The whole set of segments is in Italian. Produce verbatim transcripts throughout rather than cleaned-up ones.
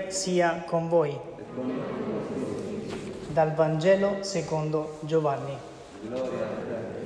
Signore sia con voi. Dal Vangelo secondo Giovanni. Gloria a te.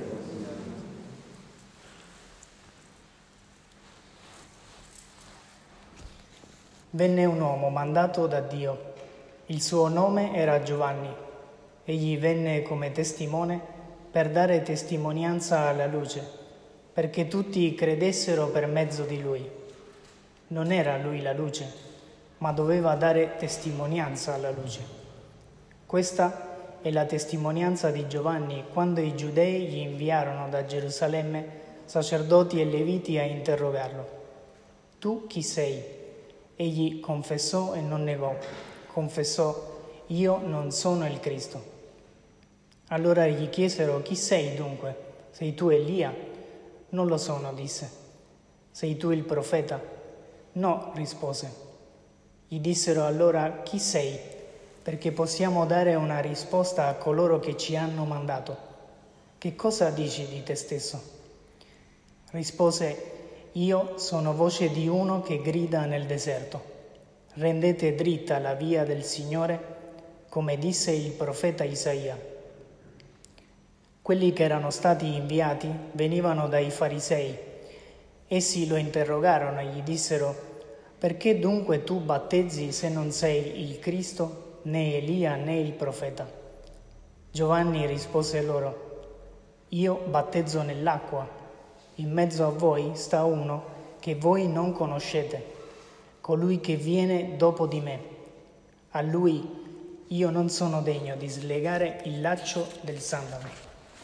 Venne un uomo mandato da Dio. Il suo nome era Giovanni. Egli venne come testimone per dare testimonianza alla luce, perché tutti credessero per mezzo di lui. Non era lui la luce, ma doveva dare testimonianza alla luce. Questa è la testimonianza di Giovanni quando i giudei gli inviarono da Gerusalemme sacerdoti e leviti a interrogarlo. Tu chi sei? Egli confessò e non negò. Confessò: io non sono il Cristo. Allora gli chiesero: chi sei dunque? Sei tu Elia? Non lo sono, disse. Sei tu il profeta? No, rispose. Gli dissero allora: chi sei? Perché possiamo dare una risposta a coloro che ci hanno mandato. Che cosa dici di te stesso? Rispose: io sono voce di uno che grida nel deserto. Rendete dritta la via del Signore, come disse il profeta Isaia. Quelli che erano stati inviati venivano dai farisei. Essi lo interrogarono e gli dissero: perché dunque tu battezzi se non sei il Cristo, né Elia né il profeta? Giovanni rispose loro: io battezzo nell'acqua, in mezzo a voi sta uno che voi non conoscete, colui che viene dopo di me. A lui io non sono degno di slegare il laccio del sandalo.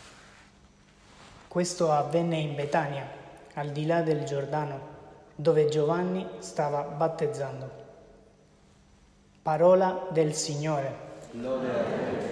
Questo avvenne in Betania, al di là del Giordano, dove Giovanni stava battezzando. Parola del Signore. Gloria a te.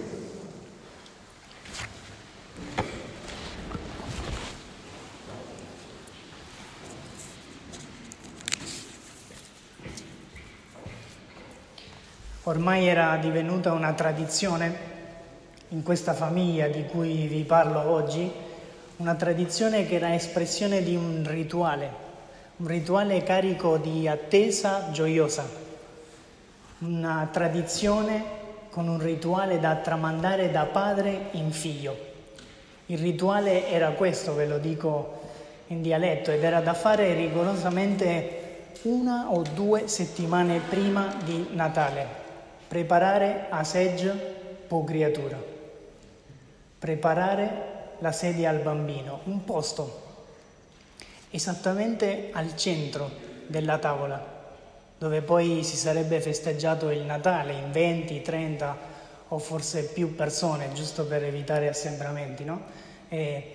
Ormai era divenuta una tradizione in questa famiglia di cui vi parlo oggi, una tradizione che era espressione di un rituale, un rituale carico di attesa gioiosa, una tradizione con un rituale da tramandare da padre in figlio. Il rituale era questo, ve lo dico in dialetto, ed era da fare rigorosamente una o due settimane prima di Natale. Preparare a segge po' creatura. Preparare la sedia al bambino, un posto esattamente al centro della tavola, dove poi si sarebbe festeggiato il Natale in venti, trenta o forse più persone, giusto per evitare assembramenti, no? E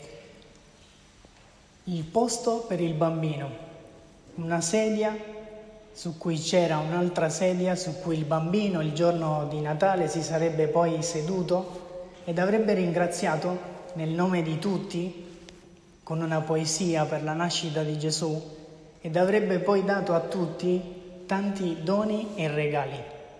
il posto per il bambino, una sedia su cui c'era un'altra sedia su cui il bambino il giorno di Natale si sarebbe poi seduto ed avrebbe ringraziato nel nome di tutti con una poesia per la nascita di Gesù ed avrebbe poi dato a tutti tanti doni e regali.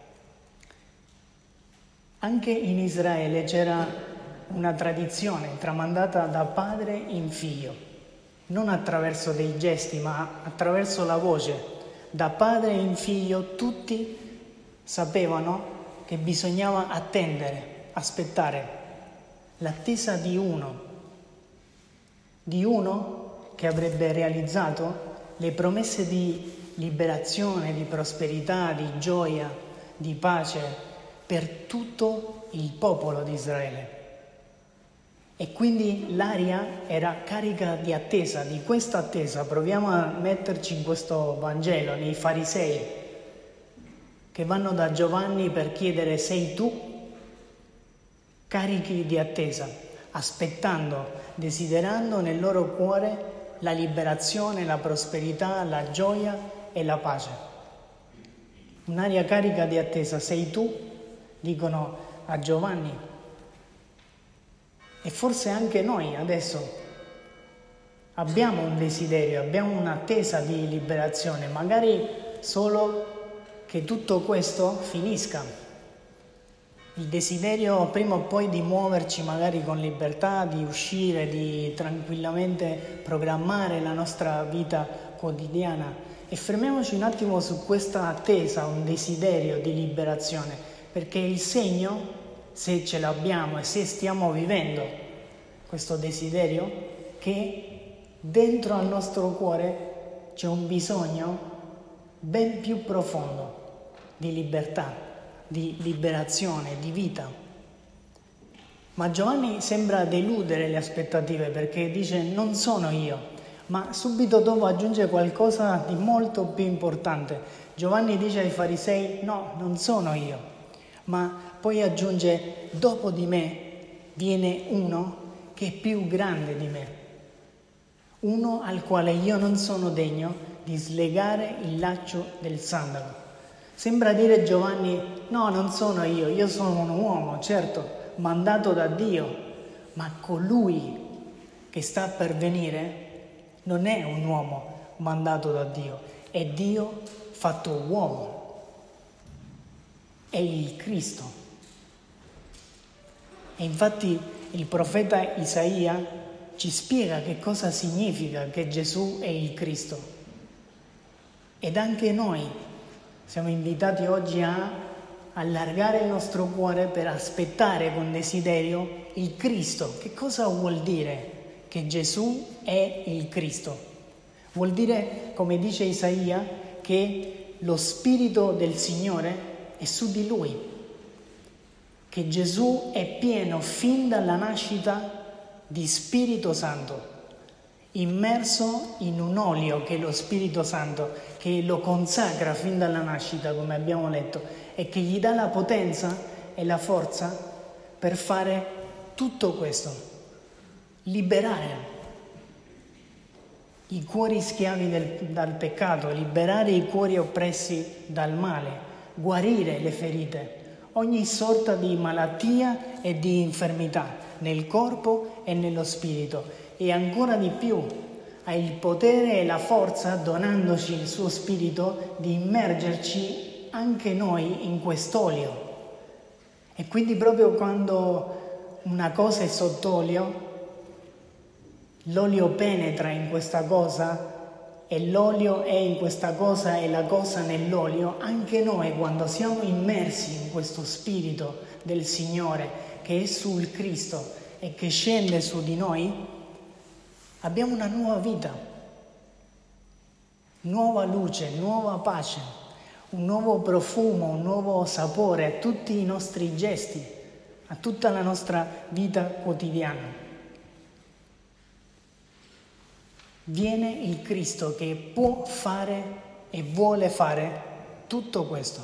Anche in Israele c'era una tradizione tramandata da padre in figlio, non attraverso dei gesti ma attraverso la voce. Da padre in figlio tutti sapevano che bisognava attendere, aspettare, l'attesa di uno, di uno che avrebbe realizzato le promesse di liberazione, di prosperità, di gioia, di pace per tutto il popolo di Israele. E quindi l'aria era carica di attesa, di questa attesa. Proviamo a metterci in questo Vangelo, nei farisei, che vanno da Giovanni per chiedere: sei tu? Carichi di attesa, aspettando, desiderando nel loro cuore la liberazione, la prosperità, la gioia e la pace. Un'aria carica di attesa, sei tu? Dicono a Giovanni. E forse anche noi adesso abbiamo un desiderio, abbiamo un'attesa di liberazione, magari solo che tutto questo finisca. Il desiderio prima o poi di muoverci magari con libertà, di uscire, di tranquillamente programmare la nostra vita quotidiana E fermiamoci un attimo su questa attesa, un desiderio di liberazione, perché il segno, se ce l'abbiamo e se stiamo vivendo questo desiderio, che dentro al nostro cuore c'è un bisogno ben più profondo di libertà, di liberazione, di vita. Ma Giovanni sembra deludere le aspettative perché dice non sono io, ma subito dopo aggiunge qualcosa di molto più importante. Giovanni dice ai farisei no, non sono io, ma poi aggiunge dopo di me viene uno che è più grande di me, uno al quale io non sono degno di slegare il laccio del sandalo. Sembra dire Giovanni no, non sono io, io sono un uomo, certo, mandato da Dio, ma colui che sta per venire non è un uomo mandato da Dio, è Dio fatto uomo, è il Cristo. E infatti il profeta Isaia ci spiega che cosa significa che Gesù è il Cristo. Ed anche noi siamo invitati oggi a allargare il nostro cuore per aspettare con desiderio il Cristo. Che cosa vuol dire che Gesù è il Cristo? Vuol dire, come dice Isaia, che lo Spirito del Signore è su di Lui, che Gesù è pieno fin dalla nascita di Spirito Santo, immerso in un olio che è lo Spirito Santo, che lo consacra fin dalla nascita, come abbiamo letto, e che gli dà la potenza e la forza per fare tutto questo, liberare i cuori schiavi del, dal peccato, liberare i cuori oppressi dal male, guarire le ferite, ogni sorta di malattia e di infermità nel corpo e nello spirito, e ancora di più ha il potere e la forza, donandoci il suo spirito, di immergerci anche noi in quest'olio. E quindi proprio quando una cosa è sott'olio, l'olio penetra in questa cosa e l'olio è in questa cosa e la cosa nell'olio, anche noi quando siamo immersi in questo spirito del Signore che è sul Cristo e che scende su di noi, abbiamo una nuova vita, nuova luce, nuova pace, un nuovo profumo, un nuovo sapore a tutti i nostri gesti, a tutta la nostra vita quotidiana. Viene il Cristo che può fare e vuole fare tutto questo.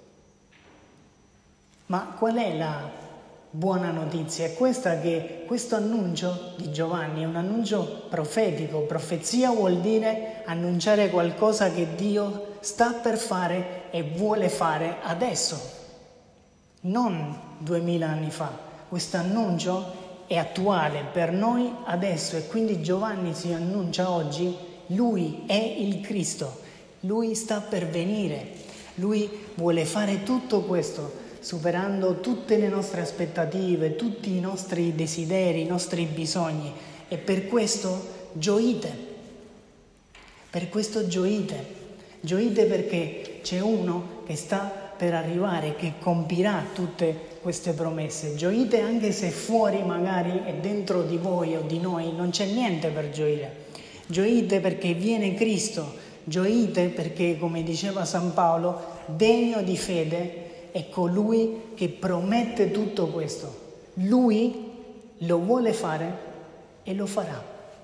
Ma qual è la buona notizia? È questa, che questo annuncio di Giovanni è un annuncio profetico. Profezia vuol dire annunciare qualcosa che Dio sta per fare e vuole fare adesso, non duemila anni fa. Questo annuncio è attuale per noi adesso e quindi Giovanni si annuncia oggi, lui è il Cristo, lui sta per venire, lui vuole fare tutto questo, superando tutte le nostre aspettative, tutti i nostri desideri, i nostri bisogni, e per questo gioite, per questo gioite, gioite perché c'è uno che sta per arrivare, che compirà tutte queste promesse. Gioite anche se fuori magari e dentro di voi o di noi non c'è niente per gioire. Gioite perché viene Cristo, gioite perché, come diceva San Paolo, degno di fede è colui che promette tutto questo. Lui lo vuole fare e lo farà.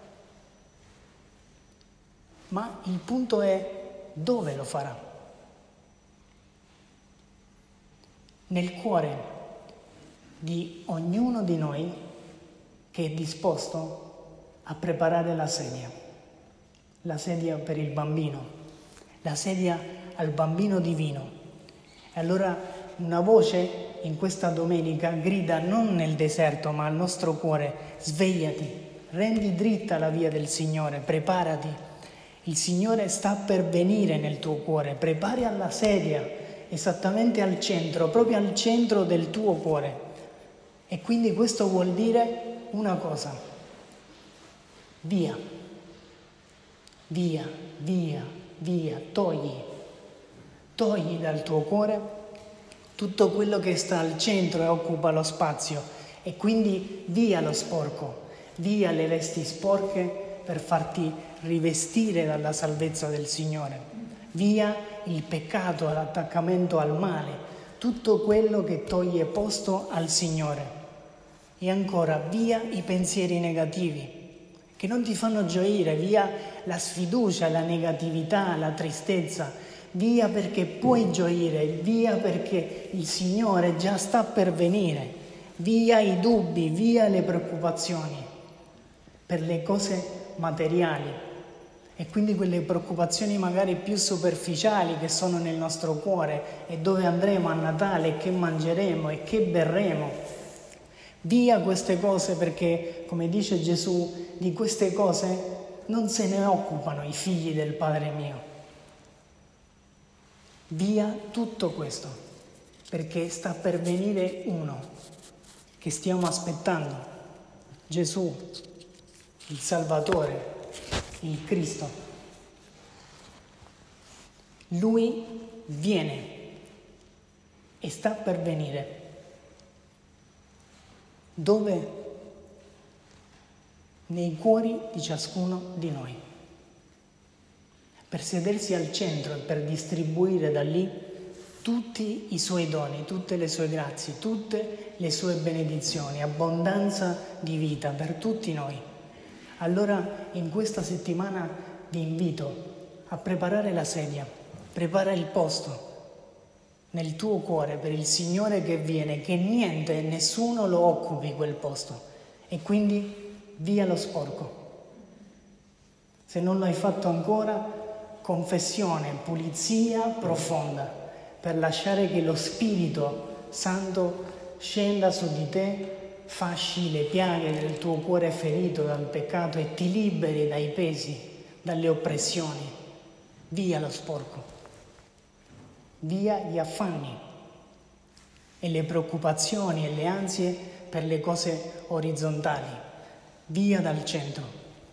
Ma il punto è dove lo farà. Nel cuore di ognuno di noi che è disposto a preparare la sedia, la sedia per il bambino, la sedia al bambino divino. E allora una voce in questa domenica grida non nel deserto ma al nostro cuore: svegliati, rendi dritta la via del Signore, preparati. Il Signore sta per venire nel tuo cuore, prepari alla sedia, esattamente al centro, proprio al centro del tuo cuore. E quindi questo vuol dire una cosa: via, via, via, via, togli, togli dal tuo cuore tutto quello che sta al centro e occupa lo spazio, e quindi via lo sporco, via le vesti sporche per farti rivestire dalla salvezza del Signore, via il peccato, l'attaccamento al male, tutto quello che toglie posto al Signore. E ancora, via i pensieri negativi che non ti fanno gioire, via la sfiducia, la negatività, la tristezza, via perché puoi gioire, via perché il Signore già sta per venire, via i dubbi, via le preoccupazioni per le cose materiali e quindi quelle preoccupazioni magari più superficiali che sono nel nostro cuore e dove andremo a Natale, che mangeremo e che berremo. Via queste cose perché, come dice Gesù, di queste cose non se ne occupano i figli del Padre mio. Via tutto questo, perché sta per venire uno che stiamo aspettando, Gesù, il Salvatore, il Cristo. Lui viene e sta per venire. Dove? Nei cuori di ciascuno di noi, per sedersi al centro e per distribuire da lì tutti i suoi doni, tutte le sue grazie, tutte le sue benedizioni, abbondanza di vita per tutti noi. Allora in questa settimana vi invito a preparare la sedia, prepara il posto nel tuo cuore per il Signore che viene, che niente e nessuno lo occupi quel posto, e quindi via lo sporco. Se non lo hai fatto ancora, confessione, pulizia profonda, per lasciare che lo Spirito Santo scenda su di te, fasci le piaghe del tuo cuore ferito dal peccato e ti liberi dai pesi, dalle oppressioni. Via lo sporco. Via gli affanni e le preoccupazioni e le ansie per le cose orizzontali, via dal centro.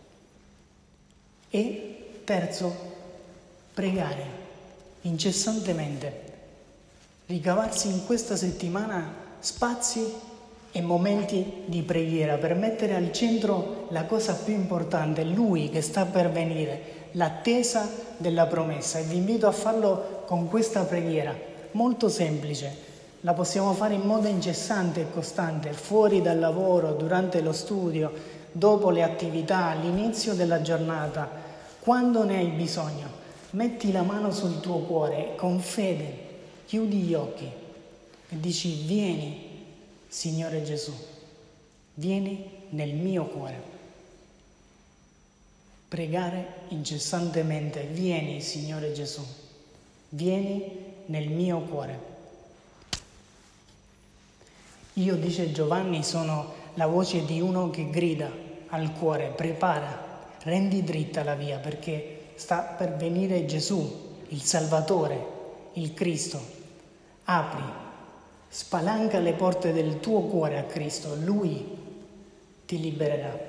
E terzo, pregare incessantemente, ricavarsi in questa settimana spazi e momenti di preghiera per mettere al centro la cosa più importante, Lui che sta per venire, l'attesa della promessa. E vi invito a farlo con questa preghiera, molto semplice. La possiamo fare in modo incessante e costante, fuori dal lavoro, durante lo studio, dopo le attività, all'inizio della giornata, quando ne hai bisogno. Metti la mano sul tuo cuore, con fede, chiudi gli occhi e dici: vieni, Signore Gesù, vieni nel mio cuore. Pregare incessantemente: vieni, Signore Gesù, vieni nel mio cuore. Io, dice Giovanni, sono la voce di uno che grida al cuore: prepara, rendi dritta la via, perché sta per venire Gesù, il Salvatore, il Cristo. Apri, spalanca le porte del tuo cuore a Cristo, Lui ti libererà.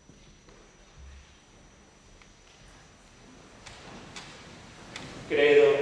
Credo